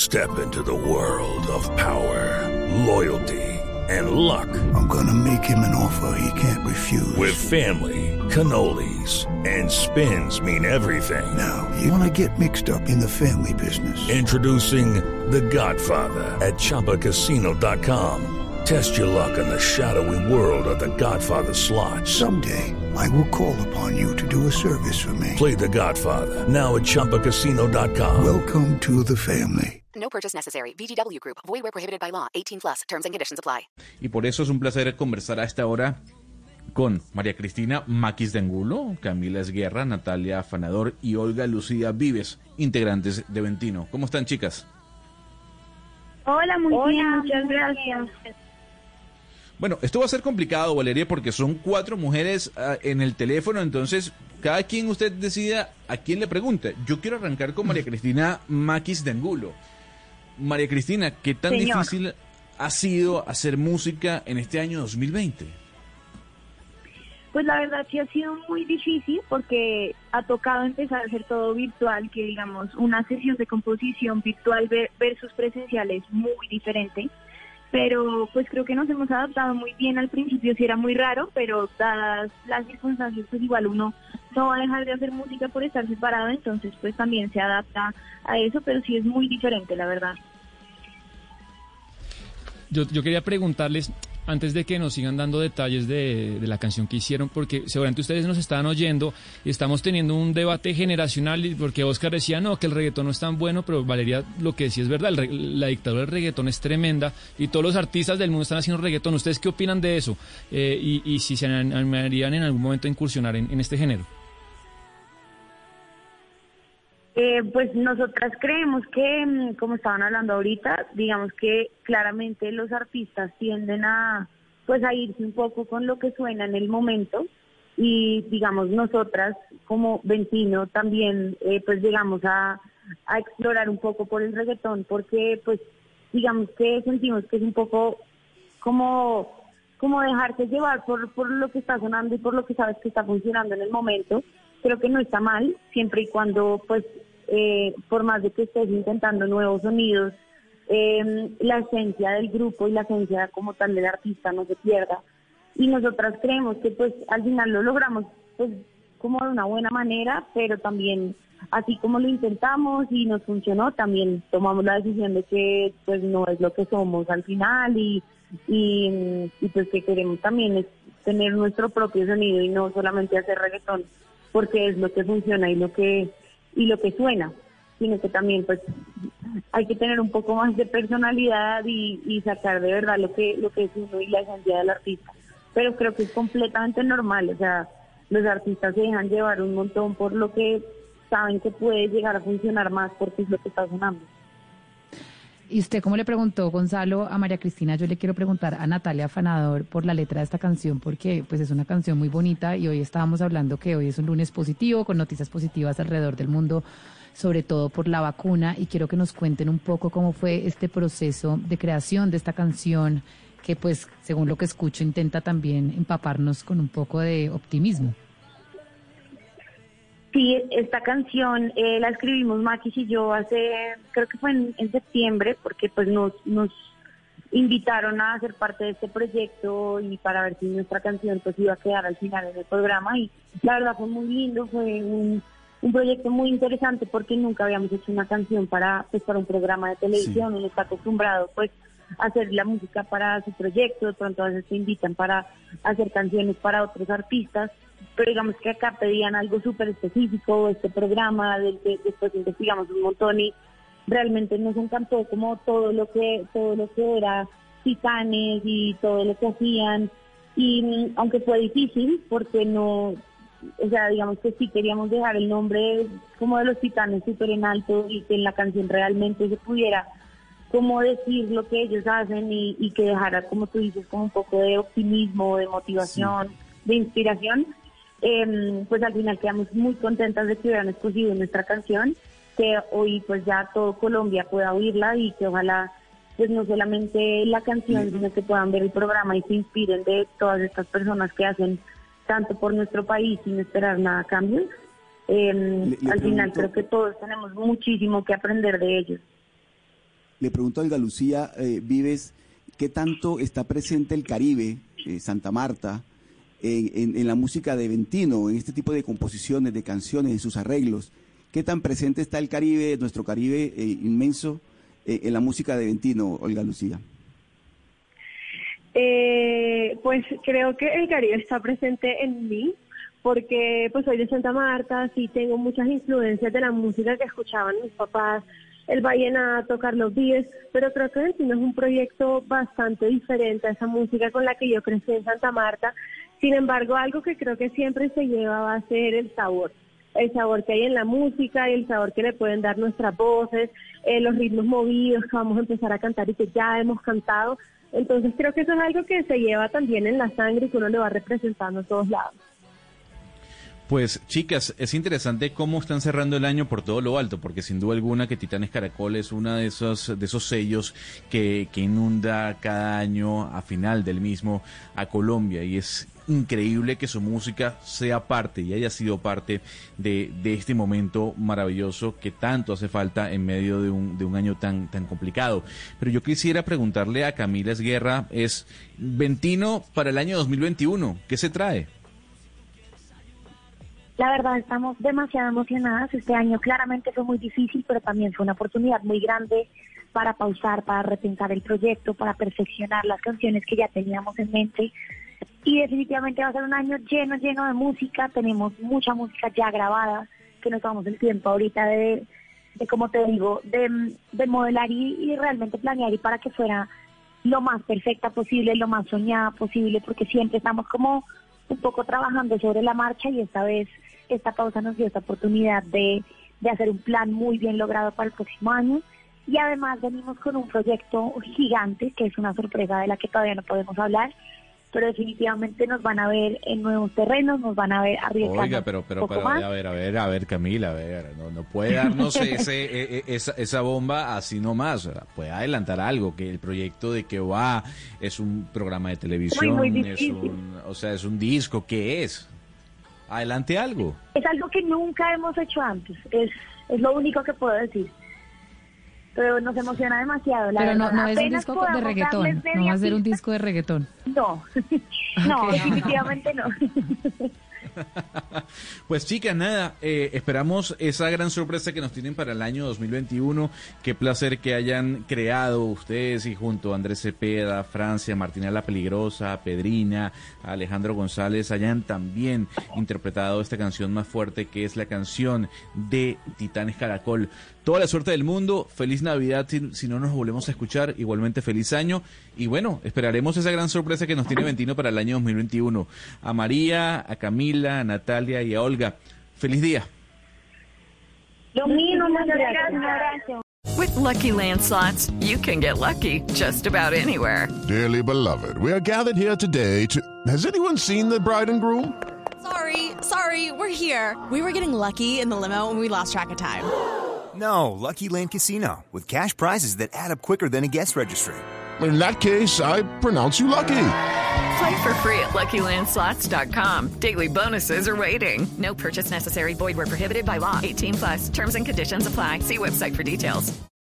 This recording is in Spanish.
Step into the world of power, loyalty, and luck. I'm gonna make him an offer he can't refuse. With family, cannolis, and spins mean everything. Now, you wanna get mixed up in the family business. Introducing The Godfather at ChumbaCasino.com. Test your luck in the shadowy world of The Godfather slot. Someday, I will call upon you to do a service for me. Play The Godfather, now at ChumbaCasino.com. Welcome to the family. No purchase necessary. VGW Group. Void where prohibited by law. 18+. Terms and conditions apply. Y por eso es un placer conversar a esta hora con María Cristina Maquis de Angulo, Camila Esguerra, Natalia Afanador y Olga Lucía Vives, integrantes de Ventino. ¿Cómo están, chicas? Hola, muy bien, muchas gracias. Bueno, esto va a ser complicado, Valeria, porque son 4 mujeres en el teléfono, entonces cada quien usted decida a quién le pregunta. Yo quiero arrancar con María Cristina Maquis de Angulo. María Cristina, ¿qué tan difícil ha sido hacer música en este año 2020? Pues la verdad sí ha sido muy difícil porque ha tocado empezar a hacer todo virtual, que digamos una sesión de composición virtual versus presencial es muy diferente. Pero pues creo que nos hemos adaptado muy bien. Al principio sí era muy raro, pero dadas las circunstancias pues igual uno no va a dejar de hacer música por estar separado, entonces pues también se adapta a eso, pero sí es muy diferente, la verdad. Yo quería preguntarles, antes de que nos sigan dando detalles de la canción que hicieron, porque seguramente ustedes nos están oyendo y estamos teniendo un debate generacional, porque Oscar decía, no, que el reggaetón no es tan bueno, pero Valeria lo que decía es verdad, la dictadura del reggaetón es tremenda y todos los artistas del mundo están haciendo reggaetón. ¿Ustedes qué opinan de eso? Y si se animarían en algún momento a incursionar en este género. Pues nosotras creemos que, como estaban hablando ahorita, digamos que claramente los artistas tienden a irse un poco con lo que suena en el momento, y digamos nosotras como Ventino también pues llegamos a explorar un poco por el reggaetón, porque pues digamos que sentimos que es un poco como dejarse llevar por lo que está sonando y por lo que sabes que está funcionando en el momento. Creo que no está mal, siempre y cuando pues por más de que estés intentando nuevos sonidos, la esencia del grupo y la esencia como tal del artista no se pierda. Y nosotras creemos que pues al final lo logramos pues como de una buena manera, pero también así como lo intentamos y nos funcionó, también tomamos la decisión de que pues no es lo que somos al final, y pues que queremos también es tener nuestro propio sonido y no solamente hacer reggaetón porque es lo que funciona y lo que suena, sino que también pues hay que tener un poco más de personalidad y sacar de verdad lo que es uno y la esencia del artista. Pero creo que es completamente normal, o sea, los artistas se dejan llevar un montón por lo que saben que puede llegar a funcionar más porque es lo que está sonando. Y usted, como le preguntó Gonzalo a María Cristina, yo le quiero preguntar a Natalia Afanador por la letra de esta canción, porque pues es una canción muy bonita y hoy estábamos hablando que hoy es un lunes positivo, con noticias positivas alrededor del mundo, sobre todo por la vacuna, y quiero que nos cuenten un poco cómo fue este proceso de creación de esta canción, que pues, según lo que escucho, intenta también empaparnos con un poco de optimismo. Sí, esta canción la escribimos Maquis y yo creo que fue en septiembre, porque pues nos invitaron a ser parte de este proyecto y para ver si nuestra canción pues iba a quedar al final en el programa, y la verdad fue muy lindo, fue un proyecto muy interesante porque nunca habíamos hecho una canción para un programa de televisión. Uno está acostumbrado pues a hacer la música para su proyecto, de pronto a veces te invitan para hacer canciones para otros artistas, pero digamos que acá pedían algo súper específico, este programa del que después investigamos un montón y realmente nos encantó como todo lo que era Titanes y todo lo que hacían, y aunque fue difícil porque no, o sea, digamos que sí queríamos dejar el nombre como de los Titanes súper en alto y que en la canción realmente se pudiera como decir lo que ellos hacen y que dejara, como tú dices, como un poco de optimismo, de motivación, de inspiración. Pues al final quedamos muy contentas de que hubieran escogido nuestra canción, que hoy pues ya todo Colombia pueda oírla y que ojalá pues no solamente la canción, sino que puedan ver el programa y se inspiren de todas estas personas que hacen tanto por nuestro país sin esperar nada a cambio. Al final creo que todos tenemos muchísimo que aprender de ellos. le pregunto a Olga Lucía Vives, ¿qué tanto está presente el Caribe, Santa Marta, en la música de Ventino, en este tipo de composiciones, de canciones, en sus arreglos? ¿Qué tan presente está el Caribe, nuestro Caribe inmenso, en la música de Ventino, Olga Lucía? Pues creo que el Caribe está presente en mí, porque pues soy de Santa Marta, sí tengo muchas influencias de la música que escuchaban mis papás, el vallenato, Carlos Vives, pero creo que Ventino es un proyecto bastante diferente a esa música con la que yo crecí en Santa Marta. Sin embargo, algo que creo que siempre se lleva va a ser el sabor que hay en la música y el sabor que le pueden dar nuestras voces, los ritmos movidos que vamos a empezar a cantar y que ya hemos cantado. Entonces creo que eso es algo que se lleva también en la sangre y que uno le va representando a todos lados. Pues chicas, es interesante cómo están cerrando el año por todo lo alto, porque sin duda alguna que Titanes Caracol es uno de esos sellos que inunda cada año a final del mismo a Colombia, y es increíble que su música sea parte y haya sido parte de este momento maravilloso que tanto hace falta en medio de un año tan complicado. Pero yo quisiera preguntarle a Camila Esguerra, es Ventino para el año 2021, ¿qué se trae? La verdad, estamos demasiado emocionadas. Este año claramente fue muy difícil, pero también fue una oportunidad muy grande para pausar, para repensar el proyecto, para perfeccionar las canciones que ya teníamos en mente. Y definitivamente va a ser un año lleno de música. Tenemos mucha música ya grabada, que nos tomamos el tiempo ahorita de como te digo, de modelar y realmente planear y para que fuera lo más perfecta posible, lo más soñada posible, porque siempre estamos como un poco trabajando sobre la marcha y esta vez esta pausa nos dio esta oportunidad de hacer un plan muy bien logrado para el próximo año, y además venimos con un proyecto gigante que es una sorpresa de la que todavía no podemos hablar, pero definitivamente nos van a ver en nuevos terrenos, nos van a ver arriesgando. Oiga, pero a ver, Camila, a ver, no puede darnos esa bomba así nomás, puede adelantar algo, que el proyecto de qué va, es un programa de televisión, muy es un disco, ¿qué es? Adelante algo. Es algo que nunca hemos hecho antes, es lo único que puedo decir. Pero nos emociona demasiado. Pero no es un disco de reggaetón, no va a ser un disco de reggaetón. No, no, definitivamente no. Pues chicas, nada, esperamos esa gran sorpresa que nos tienen para el año 2021. Qué placer que hayan creado ustedes y junto a Andrés Cepeda, Francia, Martina La Peligrosa, Pedrina, Alejandro González, hayan también interpretado esta canción más fuerte, que es la canción de Titanes Caracol. Toda la suerte del mundo, feliz Navidad si no nos volvemos a escuchar, igualmente feliz año, y bueno, esperaremos esa gran sorpresa que nos tiene Ventino para el año 2021. A María, a Camila, a Natalia y a Olga, feliz día. Lo mismo, muchas gracias. With Lucky Land Slots, you can get lucky just about anywhere. Dearly beloved, we are gathered here today to... Has anyone seen the bride and groom? Sorry, we're here. We were getting lucky in the limo and we lost track of time. No, Lucky Land Casino, with cash prizes that add up quicker than a guest registry. In that case, I pronounce you lucky. Play for free at LuckyLandSlots.com. Daily bonuses are waiting. No purchase necessary. Void where prohibited by law. 18+. Terms and conditions apply. See website for details.